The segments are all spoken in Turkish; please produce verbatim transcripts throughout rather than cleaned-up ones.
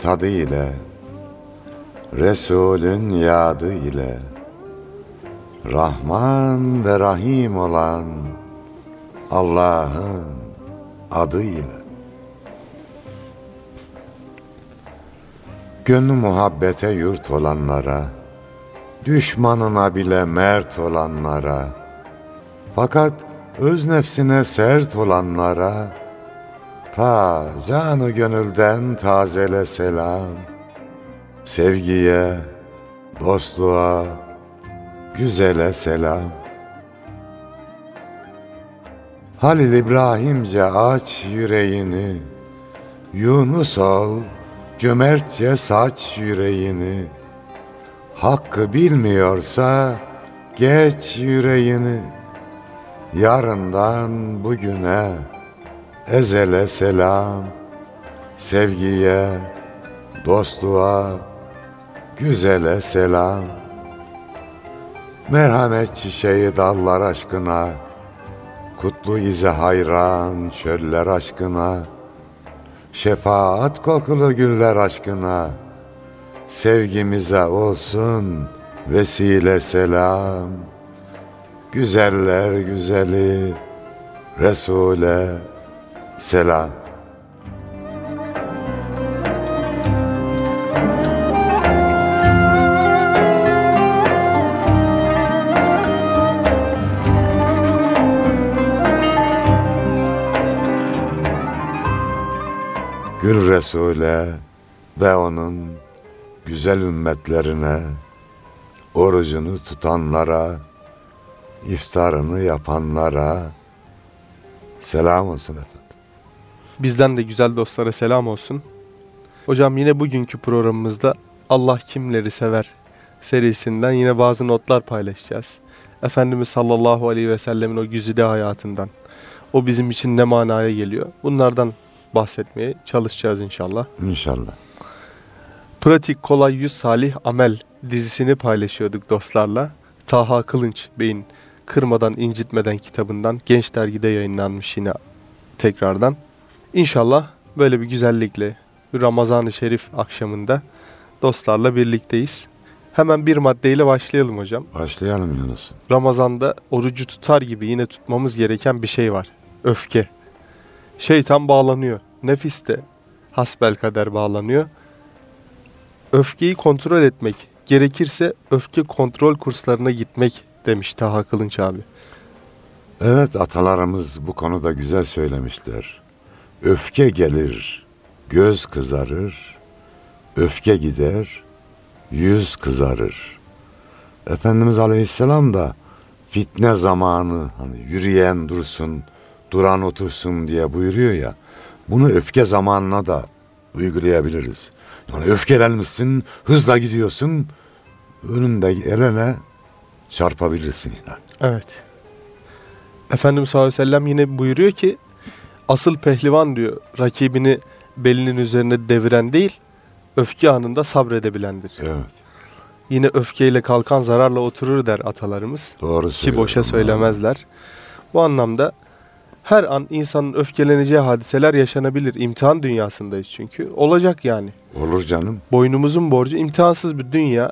tadı ile, Resulün yadı ile, Rahman ve Rahim olan Allah'ın adı ile. Gönlü muhabbete yurt olanlara, düşmanına bile mert olanlara, fakat öz nefsine sert olanlara, ta canı gönülden tazele selam. Sevgiye, dostluğa, güzele selam. Halil İbrahimce aç yüreğini, Yunus ol, cömertçe saç yüreğini. Hakkı bilmiyorsa geç yüreğini. Yarından bugüne ezele selam. Sevgiye, dostluğa, güzele selam. Merhamet çiçeği dallar aşkına, kutlu ize hayran çöller aşkına, şefaat kokulu güller aşkına, sevgimize olsun vesile selam. Güzeller güzeli Resul'e selam. Gül Resul'e ve onun güzel ümmetlerine, orucunu tutanlara, iftarını yapanlara selam olsun efendim. Bizden de güzel dostlara selam olsun. Hocam yine bugünkü programımızda Allah kimleri sever serisinden yine bazı notlar paylaşacağız. Efendimiz sallallahu aleyhi ve sellemin o güzide hayatından, o bizim için ne manaya geliyor, bunlardan bahsetmeye çalışacağız inşallah. İnşallah. Pratik, kolay, yüz salih amel dizisini paylaşıyorduk dostlarla. Taha Kılınç Bey'in Kırmadan İncitmeden kitabından Genç Dergi'de yayınlanmış yine tekrardan. İnşallah böyle bir güzellikle bir Ramazan-ı Şerif akşamında dostlarla birlikteyiz. Hemen bir maddeyle başlayalım hocam. Başlayalım Yunus. Ramazan'da orucu tutar gibi yine tutmamız gereken bir şey var. Öfke. Şeytan bağlanıyor. Nefis de hasbelkader bağlanıyor. Öfkeyi kontrol etmek, gerekirse öfke kontrol kurslarına gitmek demiş Taha Kılınç abi. Evet, atalarımız bu konuda güzel söylemişler. Öfke gelir, göz kızarır, öfke gider, yüz kızarır. Efendimiz Aleyhisselam da fitne zamanı, hani yürüyen dursun, duran otursun diye buyuruyor ya, bunu öfke zamanına da uygulayabiliriz. Yani öfkelenmişsin, hızla gidiyorsun, önünde elene çarpabilirsin yani. Evet. Efendimiz sallallahu aleyhi ve sellem yine buyuruyor ki, asıl pehlivan diyor, rakibini belinin üzerine deviren değil, öfke anında sabredebilendir. Evet. Yine öfkeyle kalkan zararla oturur der atalarımız. Doğru söylüyor. Ki boşa söylemezler. Bu anlamda her an insanın öfkeleneceği hadiseler yaşanabilir. İmtihan dünyasındayız çünkü. Olacak yani. Olur canım. Boynumuzun borcu, imtihansız bir dünya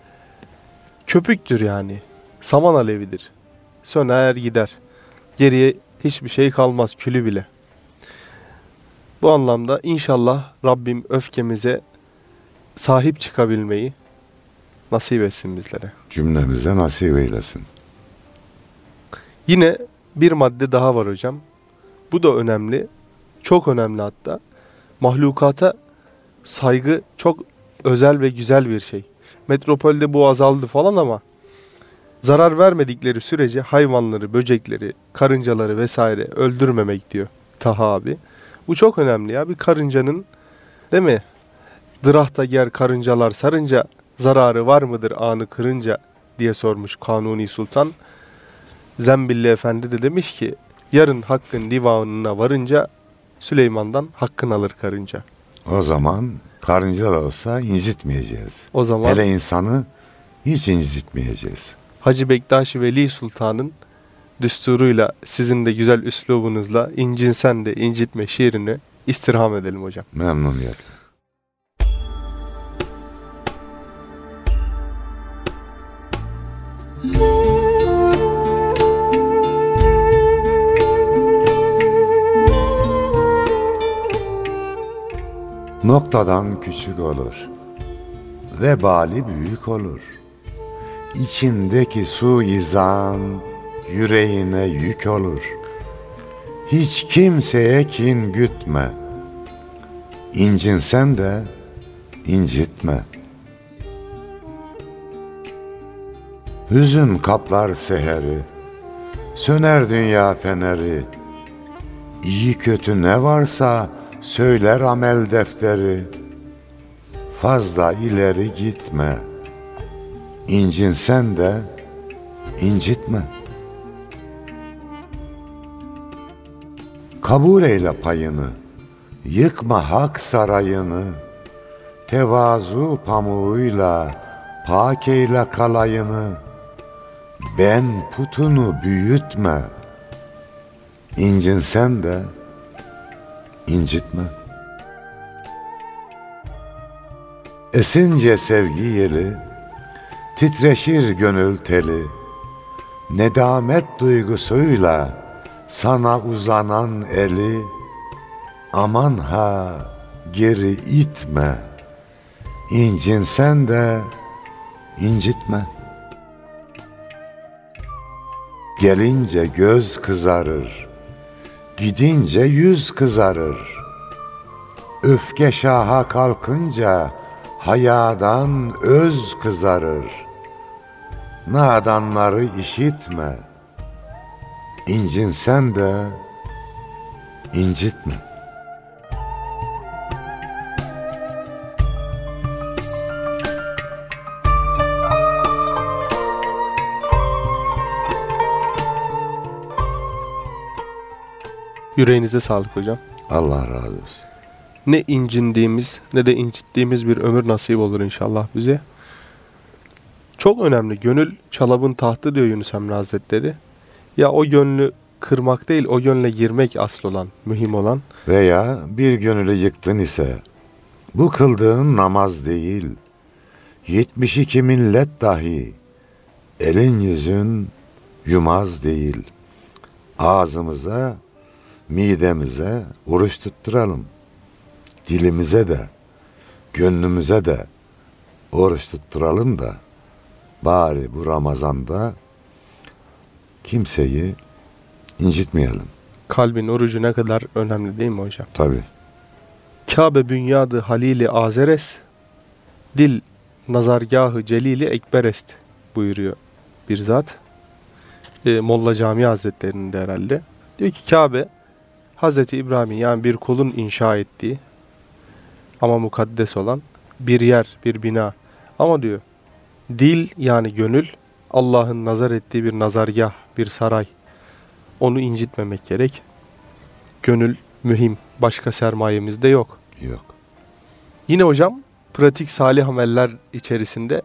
köpüktür yani. Saman alevidir. Söner gider. Geriye hiçbir şey kalmaz, külü bile. Bu anlamda inşallah Rabbim öfkemize sahip çıkabilmeyi nasip etsin bizlere. Cümlemize nasip eylesin. Yine bir madde daha var hocam. Bu da önemli. Çok önemli hatta. Mahlukata saygı çok özel ve güzel bir şey. Metropolde bu azaldı falan ama zarar vermedikleri sürece hayvanları, böcekleri, karıncaları vesaire öldürmemek diyor Taha abi. Bu çok önemli ya. Bir karıncanın, değil mi? Dırahta ger karıncalar sarınca zararı var mıdır anı kırınca diye sormuş Kanuni Sultan. Zembilli Efendi de demiş ki, yarın hakkın divanına varınca Süleyman'dan hakkını alır karınca. O zaman karınca da olsa incitmeyeceğiz. O zaman hele insanı hiç incitmeyeceğiz. Hacı Bektaş Veli Sultan'ın düsturuyla, sizin de güzel üslubunuzla incinsen de incitme şiirini istirham edelim hocam. Memnuniyetle. noktadan küçük olur, vebali büyük olur. İçindeki suizan yüreğine yük olur. Hiç kimseye kin gütme, İncinsen de incitme. Hüzün kaplar seheri, söner dünya feneri. İyi kötü ne varsa söyler amel defteri. Fazla ileri gitme, İncinsen de incitme. Kabul eyle payını, yıkma hak sarayını. Tevazu pamuğuyla pak eyle kalayını. Ben putunu büyütme, İncinsen de incitme. Esince sevgi yeli, titreşir gönül teli. Nedamet duygusuyla sana uzanan eli, aman ha geri itme, İncinsen de incitme. Gelince göz kızarır, gidince yüz kızarır. Öfke şaha kalkınca hayadan öz kızarır. Nadanları işitme, İncinsen de incitme. Yüreğinize sağlık hocam. Allah razı olsun. Ne incindiğimiz ne de incittiğimiz bir ömür nasip olur inşallah bize. Çok önemli. Gönül çalabın tahtı diyor Yunus Emre Hazretleri. Ya o gönlü kırmak değil, o gönle girmek asıl olan, mühim olan. Veya bir gönülü yıktın ise bu kıldığın namaz değil, yetmiş iki millet dahi elin yüzün yumaz değil. Ağzımıza, midemize oruç tutturalım. Dilimize de, gönlümüze de oruç tutturalım da bari bu Ramazan'da kimseyi incitmeyelim. Kalbin orucu ne kadar önemli değil mi hocam? Tabii. Kabe bünyadı halili azeres, dil nazargahı celili ekberest buyuruyor bir zat. E, Molla Camii Hazretleri'nin de herhalde. Diyor ki Kabe, Hazreti İbrahim'in yani bir kulun inşa ettiği ama mukaddes olan bir yer, bir bina. Ama diyor, dil yani gönül, Allah'ın nazar ettiği bir nazargah, bir saray. Onu incitmemek gerek. Gönül mühim. Başka sermayemiz de yok. Yok. Yine hocam pratik salih ameller içerisinde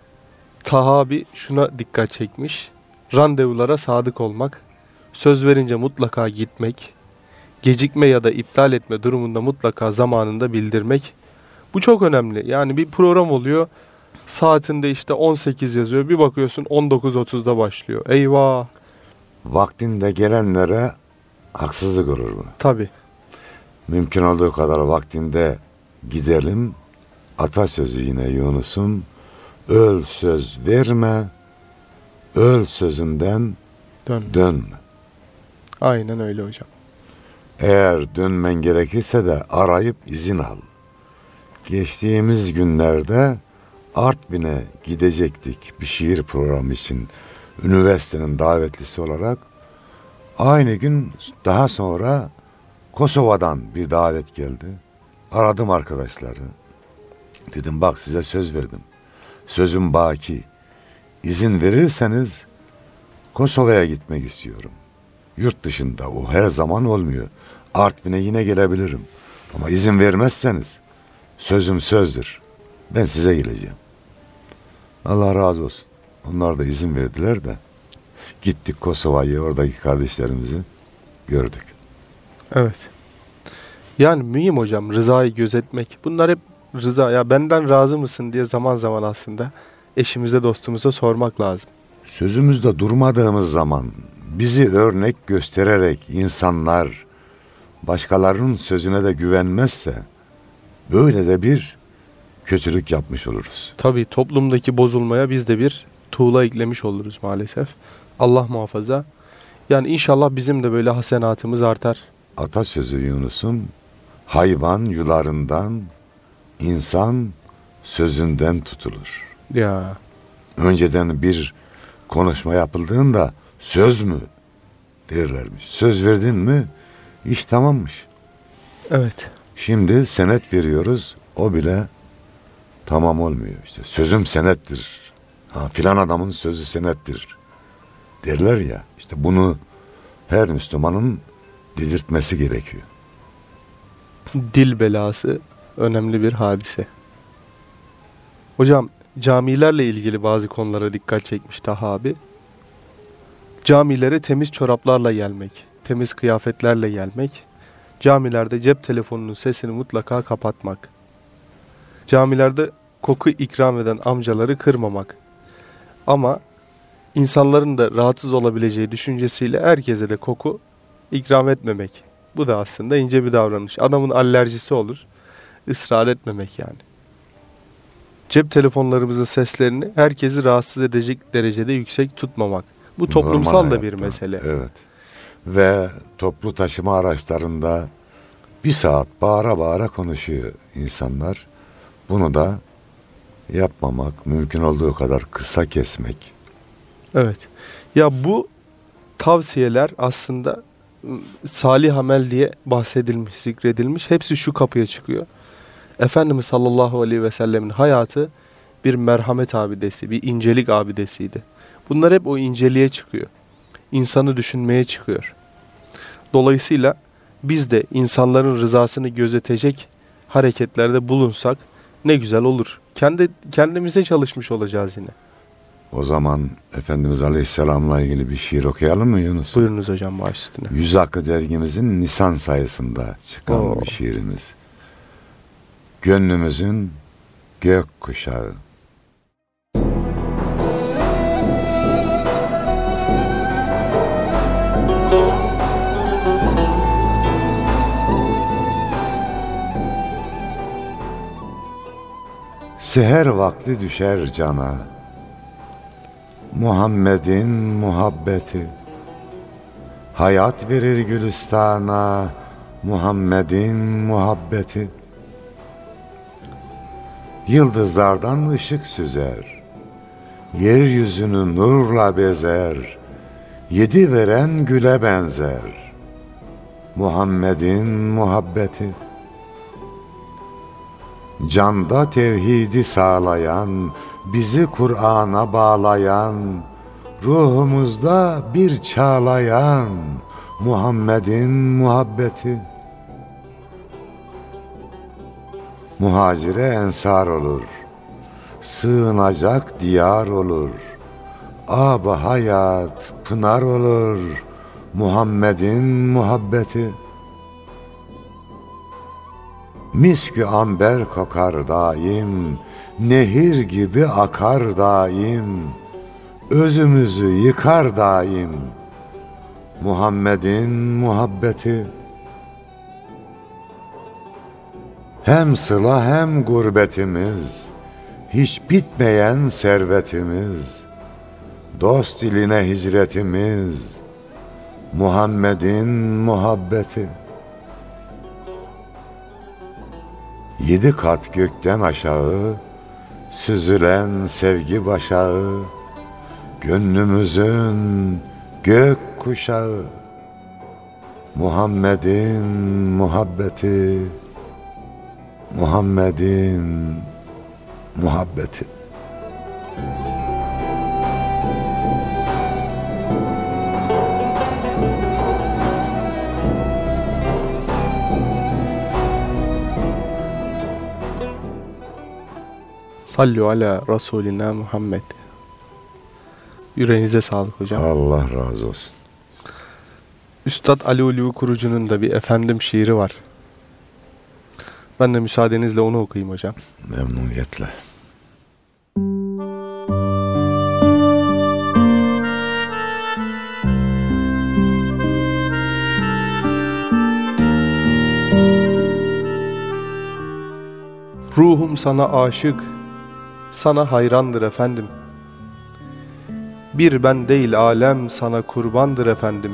Taha abi şuna dikkat çekmiş. Randevulara sadık olmak, söz verince mutlaka gitmek, gecikme ya da iptal etme durumunda mutlaka zamanında bildirmek. Bu çok önemli. Yani bir program oluyor, saatinde işte on sekiz yazıyor, bir bakıyorsun on dokuz otuzda başlıyor. Eyvah! Vaktinde gelenlere haksızlık olur bu. Tabii. Mümkün olduğu kadar vaktinde gidelim. Atasözü yine Yunus'un, öl söz verme, öl sözünden Dön. dönme. Aynen öyle hocam. Eğer dönmen gerekirse de arayıp izin al. Geçtiğimiz günlerde Artvin'e gidecektik bir şiir programı için, üniversitenin davetlisi olarak. Aynı gün daha sonra Kosova'dan bir davet geldi. Aradım arkadaşları. Dedim bak size söz verdim. Sözüm baki. İzin verirseniz Kosova'ya gitmek istiyorum. Yurt dışında o her zaman olmuyor. Artvin'e yine gelebilirim. Ama izin vermezseniz sözüm sözdür. Ben size geleceğim. Allah razı olsun. Onlar da izin verdiler de gittik Kosova'yı, oradaki kardeşlerimizi gördük. Evet. Yani mühim hocam rızayı gözetmek. Bunlar hep rıza. Ya benden razı mısın diye zaman zaman aslında eşimize dostumuza sormak lazım. Sözümüzde durmadığımız zaman bizi örnek göstererek insanlar başkalarının sözüne de güvenmezse Böyle de bir kötülük yapmış oluruz. Tabii toplumdaki bozulmaya biz de bir tuğla eklemiş oluruz maalesef. Allah muhafaza. Yani inşallah bizim de böyle hasenatımız artar. Atasözü Yunus'um, hayvan yularından, insan sözünden tutulur. Ya Önceden bir konuşma yapıldığında söz mü derlermiş. Söz verdin mi iş tamammış. evet. Şimdi senet veriyoruz, o bile tamam olmuyor. İşte sözüm senettir. Ha, filan adamın sözü senettir derler ya. İşte bunu her Müslümanın dedirtmesi gerekiyor. Dil belası önemli bir hadise. Hocam camilerle ilgili bazı konulara dikkat çekmiş Taha abi. Camilere temiz çoraplarla gelmek, temiz kıyafetlerle gelmek, camilerde cep telefonunun sesini mutlaka kapatmak, camilerde koku ikram eden amcaları kırmamak. Ama insanların da rahatsız olabileceği düşüncesiyle herkese de koku ikram etmemek. Bu da aslında ince bir davranış. Adamın alerjisi olur. Israr etmemek yani. Cep telefonlarımızın seslerini herkesi rahatsız edecek derecede yüksek tutmamak. Bu toplumsal Normal da bir hayatta, mesele. Evet. Ve toplu taşıma araçlarında bir saat bağıra bağıra konuşuyor insanlar. Bunu da yapmamak, mümkün olduğu kadar kısa kesmek. Evet. Ya bu tavsiyeler aslında ım, salih amel diye bahsedilmiş, zikredilmiş. Hepsi şu kapıya çıkıyor. Efendimiz sallallahu aleyhi ve sellemin hayatı bir merhamet abidesi, bir incelik abidesiydi. Bunlar hep o inceliğe çıkıyor. İnsanı düşünmeye çıkıyor. Dolayısıyla biz de insanların rızasını gözetecek hareketlerde bulunsak ne güzel olur. Kendi kendimize çalışmış olacağız yine. O zaman Efendimiz Aleyhisselam'la ilgili bir şiir okuyalım mı Yunus? Buyurunuz hocam, baş üstüne. Yüz Hakkı dergimizin Nisan sayısında çıkan Oo. bir şiirimiz. Gönlümüzün gök kuşağı. Seher vakti düşer cana, Muhammed'in muhabbeti. Hayat verir gülistana, Muhammed'in muhabbeti. Yıldızlardan ışık süzer, yeryüzünü nurla bezer, yedi veren güle benzer, Muhammed'in muhabbeti. Canda tevhidi sağlayan, bizi Kur'an'a bağlayan, ruhumuzda bir çağlayan, Muhammed'in muhabbeti. Muhacire ensar olur, sığınacak diyar olur, ab-ı hayat pınar olur, Muhammed'in muhabbeti. Miskü amber kokar daim, nehir gibi akar daim, özümüzü yıkar daim, Muhammed'in muhabbeti. Hem sıla hem gurbetimiz, hiç bitmeyen servetimiz, dost iline hicretimiz, Muhammed'in muhabbeti. Yedi kat gökten aşağı, süzülen sevgi başağı, gönlümüzün gök kuşağı, Muhammed'in muhabbeti, Muhammed'in muhabbeti. Sallu ala Resulina Muhammed. Yüreğinize sağlık hocam. Allah razı olsun. Üstad Ali Ulvi Kurucu'nun da bir efendim şiiri var. Ben de müsaadenizle onu okuyayım hocam. Memnuniyetle. Ruhum sana aşık, sana hayrandır efendim. Bir ben değil alem sana kurbandır efendim.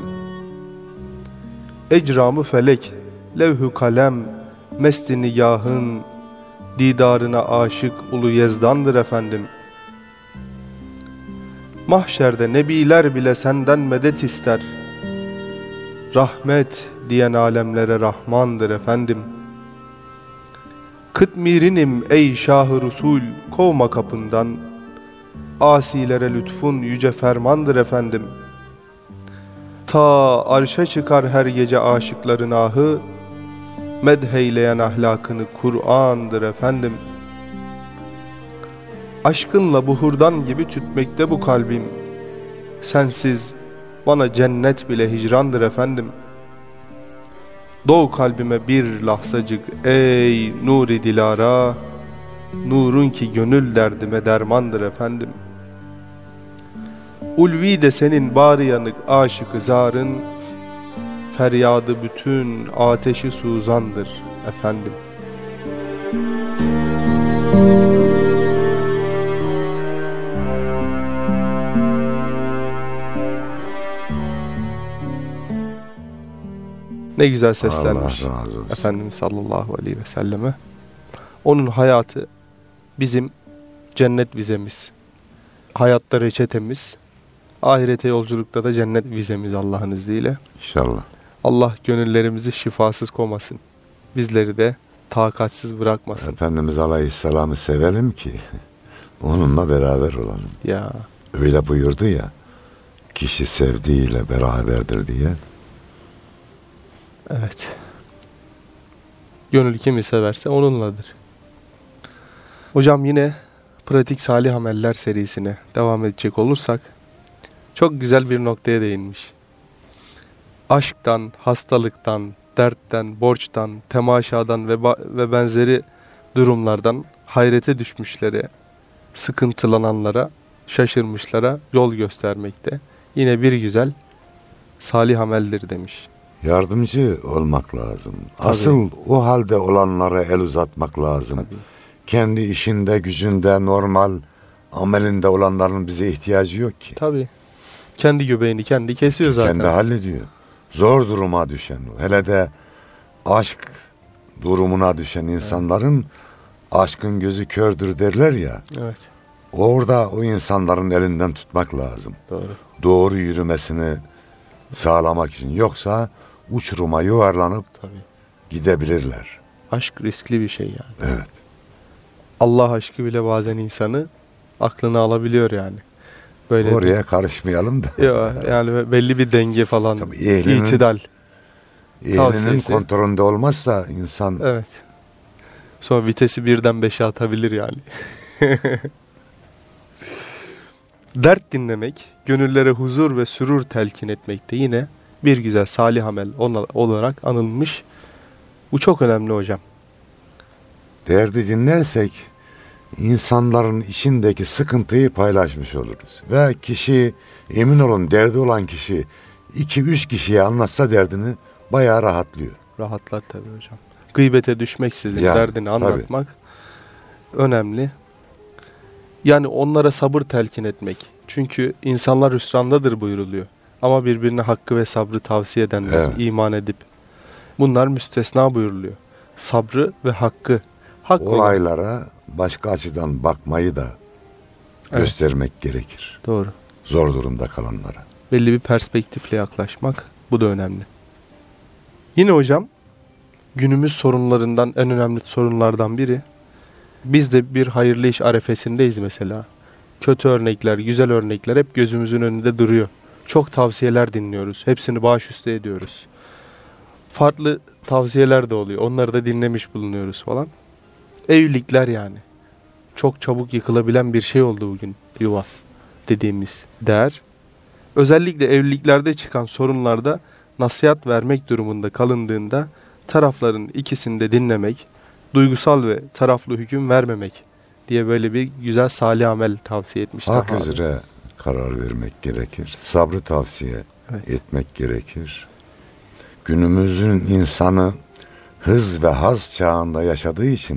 Ecramı felek, levh-ü kalem, mesti nigahın, didarına aşık ulu Yezdan'dır efendim. Mahşerde nebiler bile senden medet ister. Rahmet diyen alemlere Rahmandır efendim. Kıtmirinim ey Şah-ı Rusul, kovma kapından. Asilere lütfun yüce fermandır efendim. Ta arşa çıkar her gece aşıkların ahı, medheyleyen ahlakını Kur'an'dır efendim. Aşkınla buhurdan gibi tütmekte bu kalbim. Sensiz bana cennet bile hicrandır efendim. Doğ kalbime bir lahzacık ey nuri dilara, nurun ki gönül derdime dermandır efendim. Ulvi de senin bari yanık aşık-ı zarın, feryadı bütün ateşi suzandır efendim. Ne güzel seslenmiş Allah razı olsun. Efendimiz sallallahu aleyhi ve selleme. Onun hayatı bizim cennet vizemiz. Hayatta reçetemiz. Ahirete yolculukta da cennet vizemiz Allah'ın izniyle. İnşallah. Allah gönüllerimizi şifasız koymasın. Bizleri de takatsiz bırakmasın. Efendimiz Aleyhisselam'ı sevelim ki onunla beraber olalım. Ya Öyle buyurdu ya, kişi sevdiğiyle beraberdir diye. evet. Gönül kimi severse onunladır. Hocam yine pratik salih ameller serisine devam edecek olursak çok güzel bir noktaya değinmiş. Aşktan, hastalıktan, dertten, borçtan, temaşadan ve, ba- ve benzeri durumlardan hayrete düşmüşlere, sıkıntılananlara, şaşırmışlara yol göstermekte. Yine bir güzel salih ameldir demiş. Yardımcı olmak lazım. Asıl o halde olanlara el uzatmak lazım. Tabii. Kendi işinde, gücünde, normal amelinde olanların bize ihtiyacı yok ki. Tabii. Kendi göbeğini kendi kesiyor zaten. Kendi hallediyor. Zor duruma düşen, hele de aşk durumuna düşen insanların aşkın gözü kördür derler ya. Evet. Orada o insanların elinden tutmak lazım. Doğru. Doğru yürümesini sağlamak için. Yoksa uçuruma yuvarlanıp Tabii. gidebilirler. Aşk riskli bir şey yani. Evet. Allah aşkı bile bazen insanı aklını alabiliyor yani. Böyle Oraya karışmayalım da. Yo, yani belli bir denge falan, Tabii ehlinin- itidal. Ehlinin tavsiyesi. kontrolünde olmazsa insan Evet. Sonra vitesi birden beşe atabilir yani. Dert dinlemek, gönüllere huzur ve sürur telkin etmekte yine bir güzel salih amel ona- olarak anılmış. Bu çok önemli hocam. derdi dinlersek insanların içindeki sıkıntıyı paylaşmış oluruz. Ve kişi, emin olun derdi olan kişi iki üç kişiye anlatsa derdini bayağı rahatlıyor. Rahatlar tabii hocam. Gıybete düşmeksizin Yani, derdini tabii. anlatmak önemli. Yani onlara sabır telkin etmek. Çünkü insanlar hüsrandadır buyuruluyor. Ama birbirine hakkı ve sabrı tavsiye edenler, Evet. iman edip. Bunlar müstesna buyuruluyor. Sabrı ve hakkı. Hak olan. Olaylara başka açıdan bakmayı da Evet. göstermek gerekir. Doğru. Zor durumda kalanlara. Belli bir perspektifle yaklaşmak. Bu da önemli. Yine hocam günümüz sorunlarından en önemli sorunlardan biri. Biz de bir hayırlı iş arefesindeyiz mesela. Kötü örnekler, güzel örnekler hep gözümüzün önünde duruyor. Çok tavsiyeler dinliyoruz. Hepsini başüstü ediyoruz. Farklı tavsiyeler de oluyor. Onları da dinlemiş bulunuyoruz falan. Evlilikler yani. Çok çabuk yıkılabilen bir şey oldu bugün yuva dediğimiz değer. Özellikle evliliklerde çıkan sorunlarda nasihat vermek durumunda kalındığında tarafların ikisini de dinlemek, duygusal ve taraflı hüküm vermemek diye böyle bir güzel salih amel tavsiye etmişler. Hak abi. üzere karar vermek gerekir. Sabrı tavsiye Evet. etmek gerekir. Günümüzün insanı hız ve haz çağında yaşadığı için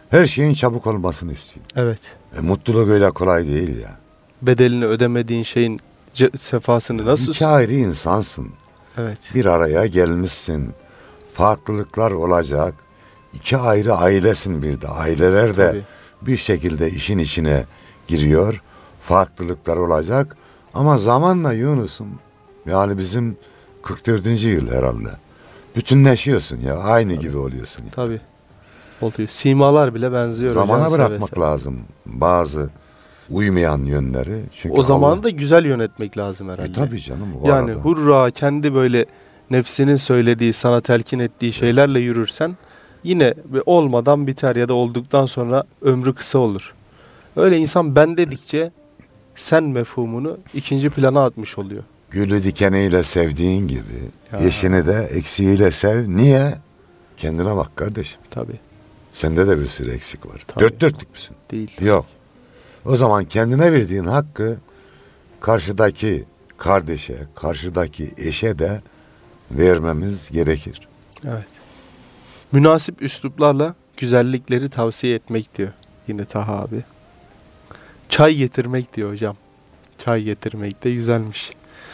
Her şeyin çabuk olmasını istiyor. Evet. E, mutluluk öyle kolay değil ya. Bedelini ödemediğin şeyin ce- sefasını nasıl... İki ayrı insansın. Evet. Bir araya gelmişsin. Farklılıklar olacak. İki ayrı ailesin bir de. Aileler de Tabii. bir şekilde işin içine giriyor. Farklılıklar olacak. Ama zamanla Yunus'um, yani bizim kırk dördüncü yıl herhalde. Bütünleşiyorsun ya. Aynı Tabii. gibi oluyorsun. Ya. Tabii. Oluyor. Simalar bile benziyor Zamana hocam. bırakmak seve seve. lazım bazı uymayan yönleri. Çünkü O zamanı Allah- da güzel yönetmek lazım herhalde. E, tabii canım. O Yani arada. hurra kendi böyle nefsinin söylediği, sana telkin ettiği şeylerle yürürsen yine olmadan biter ya da olduktan sonra ömrü kısa olur. Öyle insan ben dedikçe sen mefhumunu ikinci plana atmış oluyor. Gülü dikeniyle sevdiğin gibi Ya. eşini de eksiğiyle sev. Niye? Kendine bak kardeşim. Tabii Sende de bir sürü eksik var. Tabii. Dört dörtlük müsün? değil. Yok. O zaman kendine verdiğin hakkı karşıdaki kardeşe, karşıdaki eşe de vermemiz gerekir. Evet. Münasip üsluplarla güzellikleri tavsiye etmek diyor yine Taha abi. Çay getirmek diyor hocam. Çay getirmek de güzelmiş.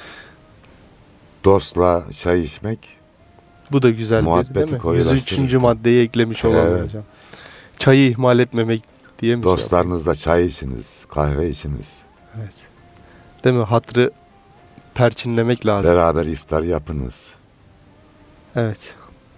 Dostla çay içmek, Bu da güzel bir Muhabbeti değil mi? koyulaştırır. yüz üçüncü maddeyi eklemiş olalım Evet. hocam. Çayı ihmal etmemek diye mi? şey yapıyor? dostlarınızla çay içiniz, kahve içiniz. Evet. Değil mi? Hatrı perçinlemek lazım. Beraber iftar yapınız. Evet.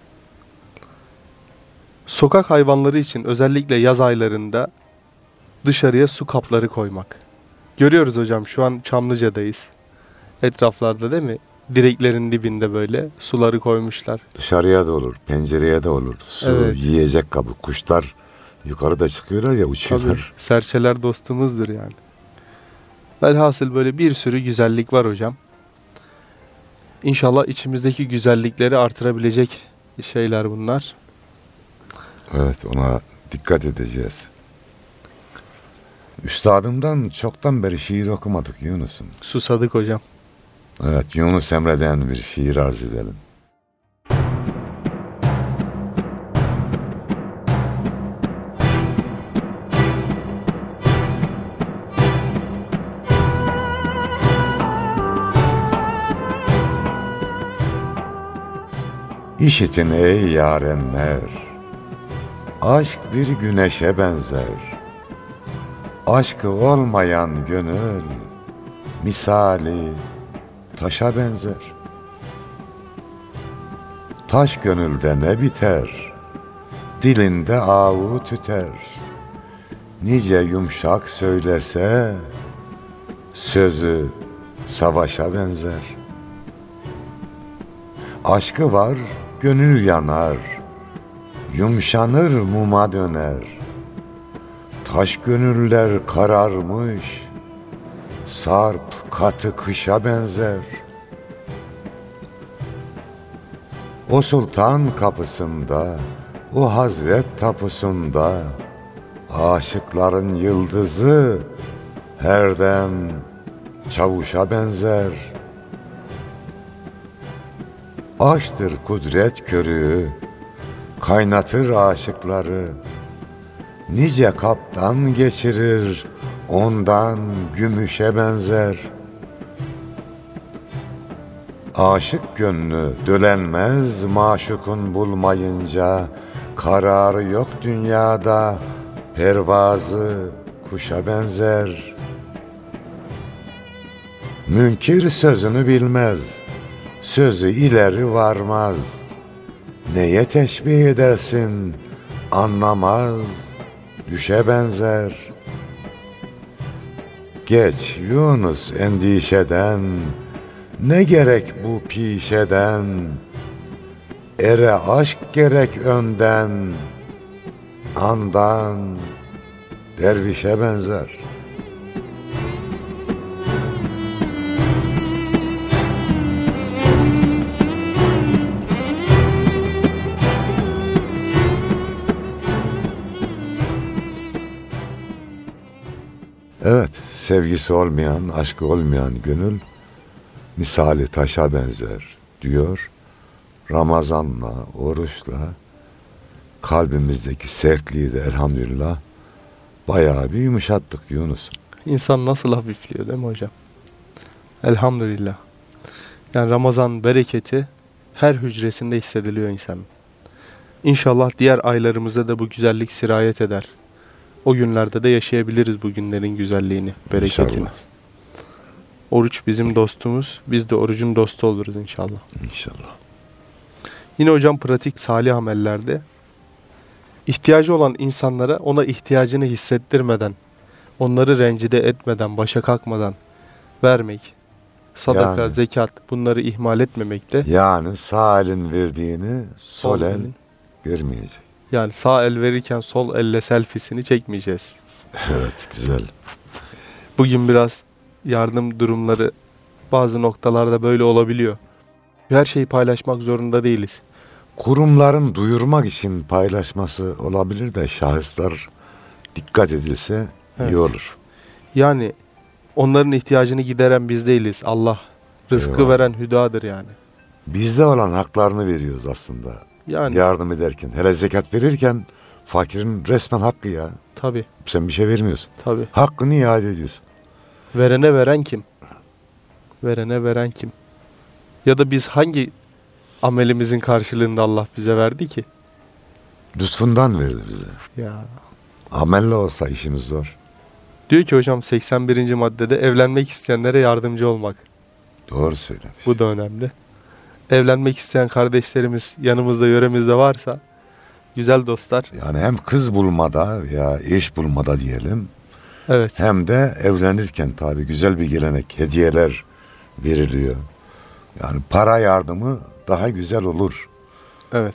Sokak hayvanları için özellikle yaz aylarında dışarıya su kapları koymak. Görüyoruz hocam şu an Çamlıca'dayız. Etraflarda değil mi? Direklerin dibinde böyle suları koymuşlar. Dışarıya da olur, pencereye de olur. Su, Evet. yiyecek kabı. Kuşlar yukarıda çıkıyorlar ya, Tabii uçuyorlar. serçeler dostumuzdur yani. Velhasıl böyle bir sürü güzellik var hocam. İnşallah içimizdeki güzellikleri artırabilecek şeyler bunlar. Evet, ona dikkat edeceğiz. Üstadımdan çoktan beri şiir okumadık Yunus'um. Susadık hocam. Evet, Yunus Emre'den bir şiir arz edelim. İşitin ey yarenler, aşk bir güneşe benzer. Aşkı olmayan gönül, misali taşa benzer. Taş gönülde ne biter, dilinde avu tüter. Nice yumuşak söylese, sözü savaşa benzer. Aşkı var, gönül yanar, yumuşanır muma döner. Taş gönüller kararmış, sarp katı kışa benzer. O sultan kapısında, o hazret tapusunda, aşıkların yıldızı her dem çavuşa benzer. Aşktır kudret körüğü, kaynatır aşıkları. Nice kaptan geçirir, ondan gümüşe benzer. Aşık gönlü dölenmez maşukun bulmayınca. Kararı yok dünyada, pervazı kuşa benzer. Münkir sözünü bilmez, sözü ileri varmaz. Neye teşbih edersin, anlamaz, düşe benzer. Geç Yunus endişeden, ne gerek bu pişeden? Ere aşk gerek önden, andan dervişe benzer. Evet, sevgisi olmayan, aşkı olmayan gönül misali taşa benzer diyor. Ramazanla, oruçla kalbimizdeki sertliği de elhamdülillah bayağı bir yumuşattık Yunus. İnsan nasıl hafifliyor değil mi hocam? Elhamdülillah. Yani Ramazan bereketi her hücresinde hissediliyor insanın. İnşallah diğer aylarımızda da bu güzellik sirayet eder. O günlerde de yaşayabiliriz bu günlerin güzelliğini, bereketini. İnşallah. Oruç bizim dostumuz, biz de orucun dostu oluruz inşallah. İnşallah. Yine hocam pratik salih amellerde ihtiyacı olan insanlara ona ihtiyacını hissettirmeden, onları rencide etmeden, başa kalkmadan vermek, sadaka, Yani. zekat bunları ihmal etmemekte. Yani sağ elin verdiğini sol el elin- vermeyecek. Yani sağ el verirken sol elle selfiesini çekmeyeceğiz. Evet, güzel. Bugün biraz yardım durumları bazı noktalarda böyle olabiliyor. Her şeyi paylaşmak zorunda değiliz. Kurumların duyurmak için paylaşması olabilir de şahıslar dikkat edilse Evet. iyi olur. Yani onların ihtiyacını gideren biz değiliz. Allah rızkı Eyvallah. veren hüdadır yani. Bizde olan haklarını veriyoruz aslında. Yani Yardım ederken. Hele zekat verirken fakirin resmen hakkı ya. tabii Sen bir şey vermiyorsun. tabii. Hakkını iade ediyorsun. Verene veren kim? Verene veren kim? Ya da biz hangi amelimizin karşılığında Allah bize verdi ki? Lütfundan verdi bize. Ya. Amelle olsa işimiz zor. Diyor ki hocam seksen birinci maddede evlenmek isteyenlere yardımcı olmak. Doğru söylemiş. Bu da önemli. Evlenmek isteyen kardeşlerimiz yanımızda, yöremizde varsa güzel dostlar. Yani hem kız bulmada ya eş bulmada diyelim. Evet. Hem de evlenirken tabii güzel bir gelenek, hediyeler veriliyor. Yani para yardımı daha güzel olur Evet.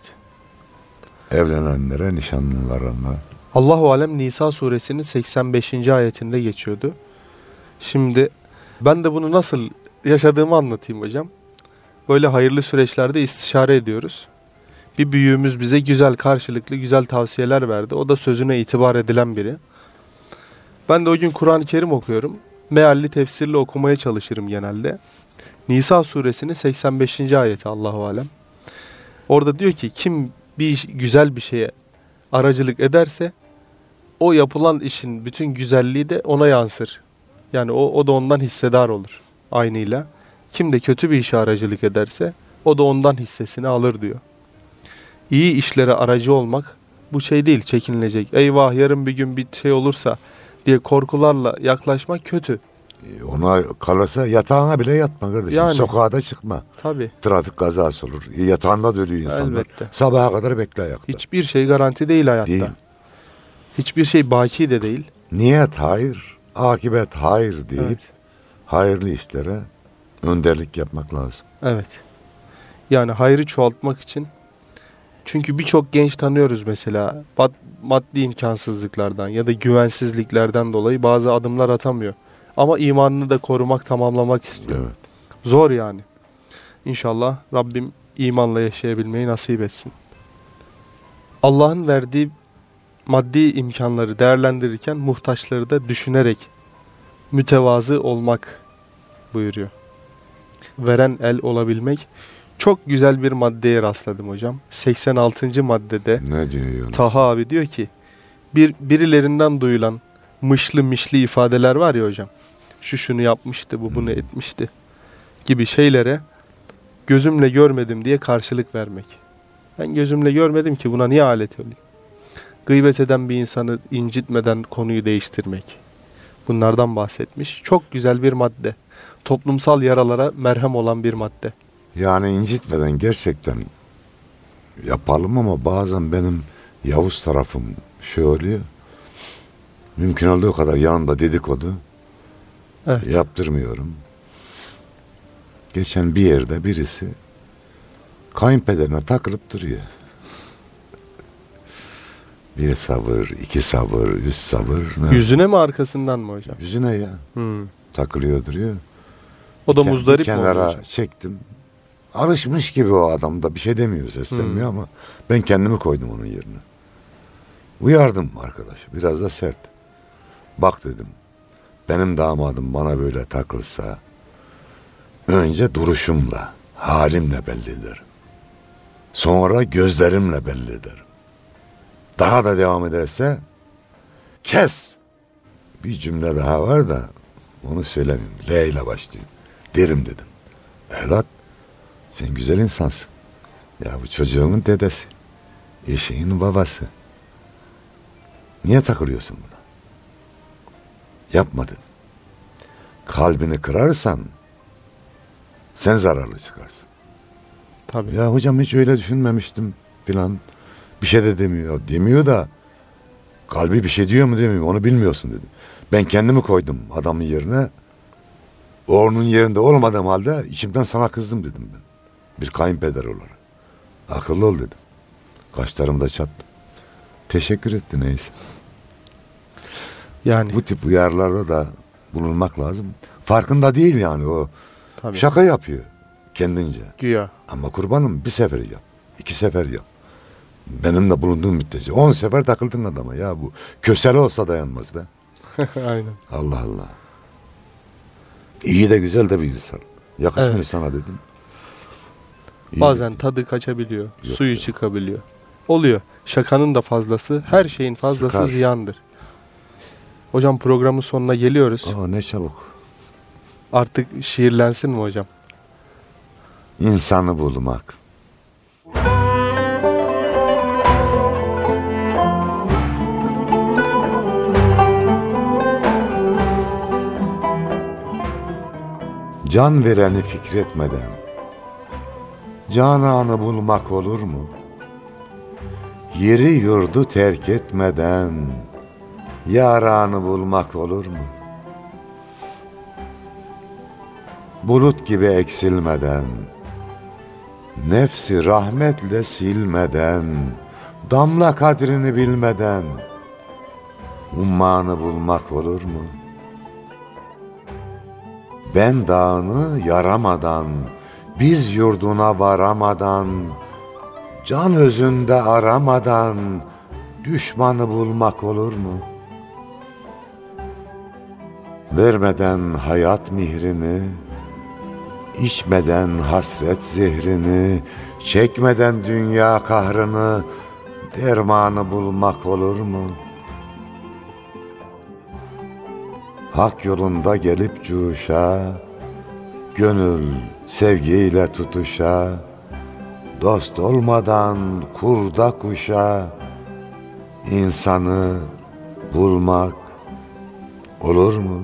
evlenenlere, nişanlılarına. Allahu alem Nisa suresinin seksen beşinci ayetinde geçiyordu. Şimdi ben de bunu nasıl yaşadığımı anlatayım hocam. Böyle hayırlı süreçlerde istişare ediyoruz. Bir büyüğümüz bize güzel karşılıklı güzel tavsiyeler verdi. O da sözüne itibar edilen biri. Ben de o gün Kur'an-ı Kerim okuyorum. Mealli tefsirle okumaya çalışırım genelde. Nisa suresinin seksen beşinci ayeti Allahu alem. Orada diyor ki kim bir iş, güzel bir şeye aracılık ederse o yapılan işin bütün güzelliği de ona yansır. Yani o, o da ondan hissedar olur aynıyla. Kim de kötü bir işe aracılık ederse o da ondan hissesini alır diyor. İyi işlere aracı olmak bu şey değil, çekinilecek. Eyvah yarın bir gün bir şey olursa diye korkularla yaklaşmak kötü. E, Ona kalırsa yatağına bile yatma kardeşim. Yani. Sokağa da çıkma. Tabii, Trafik kazası olur. E, Yatağında da ölüyor insanlar. elbette. Sabaha kadar bekle ayakta. Hiçbir şey garanti değil hayatta. Değil. Hiçbir şey baki de değil. Niyet hayır, akibet hayır deyip Evet. hayırlı işlere önderlik yapmak lazım. Evet. Yani hayrı çoğaltmak için. Çünkü birçok genç tanıyoruz mesela mad- maddi imkansızlıklardan ya da güvensizliklerden dolayı bazı adımlar atamıyor. Ama imanını da korumak, tamamlamak istiyor. Evet. Zor yani. İnşallah Rabbim imanla yaşayabilmeyi nasip etsin. Allah'ın verdiği maddi imkanları değerlendirirken muhtaçları da düşünerek mütevazı olmak buyuruyor. Veren el olabilmek. Çok güzel bir maddeye rastladım hocam. seksen altıncı maddede Ne diyor Yunus? Taha abi diyor ki bir birilerinden duyulan mışlı mişli ifadeler var ya hocam. Şu şunu yapmıştı, bu bunu etmişti gibi şeylere gözümle görmedim diye karşılık vermek. Ben gözümle görmedim ki buna niye alet olayım? Gıybet eden bir insanı incitmeden konuyu değiştirmek. Bunlardan bahsetmiş. Çok güzel bir madde. Toplumsal yaralara merhem olan bir madde. Yani incitmeden gerçekten yapalım ama bazen benim Yavuz tarafım şey oluyor. Mümkün olduğu kadar yanında dedikodu Evet. yaptırmıyorum. Geçen bir yerde birisi kayınpederine takılıp duruyor. Bir sabır, iki sabır, yüz sabır. Ne? Yüzüne mi arkasından mı hocam? Yüzüne ya. Hmm. Takılıyor duruyor. O da Kendi muzdarip mi oluyor kenara hocam? çektim. Alışmış gibi o adam da bir şey demiyor, seslenmiyor Hmm. ama ben kendimi koydum onun yerine. Uyardım arkadaşı, biraz da sert. Bak dedim, benim damadım bana böyle takılsa önce duruşumla, halimle belli ederim. Sonra gözlerimle belli ederim. daha da devam ederse kes. Bir cümle daha var da onu söylemiyorum. L ile başlıyor. Derim dedim. Evlat, sen güzel insansın. Ya bu çocuğumun dedesi. Eşeğin babası. Niye takılıyorsun buna? Yapma dedim. Kalbini kırarsan sen zararlı çıkarsın. Tabii. Ya hocam hiç öyle düşünmemiştim filan. Bir şey de demiyor. Demiyor da kalbi bir şey diyor mu demiyor. Onu bilmiyorsun dedim. Ben kendimi koydum adamın yerine. O onun yerinde olmadığım halde içimden sana kızdım dedim ben. Bir kayınpeder olarak. Akıllı ol dedim. Kaşlarımda çattım. Teşekkür etti neyse. Yani Bu tip uyarılarda da bulunmak lazım. Farkında değil yani o. tabii. Şaka yapıyor kendince. Güya. Ama kurbanım bir sefer yap. iki sefer yap. Benim de bulunduğum müddetçe. On sefer takıldın adama ya bu. Kösele olsa dayanmaz be. Aynen. Allah Allah. İyi de güzel de bir insan. Yakışmıyor Evet. sana dedim. İyi Bazen dedi. tadı kaçabiliyor. Yok Suyu ya. çıkabiliyor. Oluyor. Şakanın da fazlası, her şeyin fazlası Sıkar. ziyandır. Hocam programın sonuna geliyoruz. Aa, ne çabuk. Artık şiirlensin mi hocam? İnsanı bulmak. Can vereni fikretmeden cananı bulmak olur mu? Yeri yurdu terk etmeden yaranı bulmak olur mu? Bulut gibi eksilmeden, nefsi rahmetle silmeden, damla kadrini bilmeden ummanı bulmak olur mu? Ben dağını yaramadan, biz yurduna varamadan, can özünde aramadan düşmanı bulmak olur mu? Vermeden hayat mihrini, içmeden hasret zehrini, çekmeden dünya kahrını dermanı bulmak olur mu? Hak yolunda gelip cuşa, gönül sevgiyle tutuşa, dost olmadan kurda kuşa, insanı bulmak olur mu?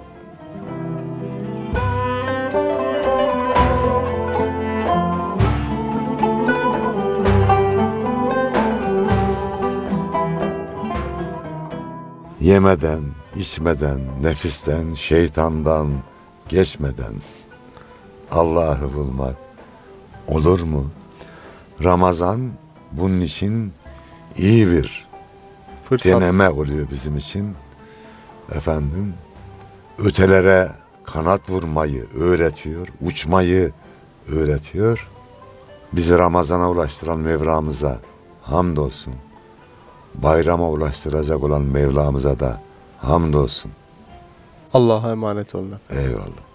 Yemeden, içmeden, nefisten, şeytandan geçmeden Allah'ı bulmak olur mu? Ramazan bunun için iyi bir Fırsat. deneme oluyor bizim için. Efendim, ötelere kanat vurmayı öğretiyor, uçmayı öğretiyor. Bizi Ramazan'a ulaştıran Mevlamıza hamdolsun. Bayrama ulaştıracak olan Mevlamıza da hamdolsun. Allah'a emanet olun. Eyvallah.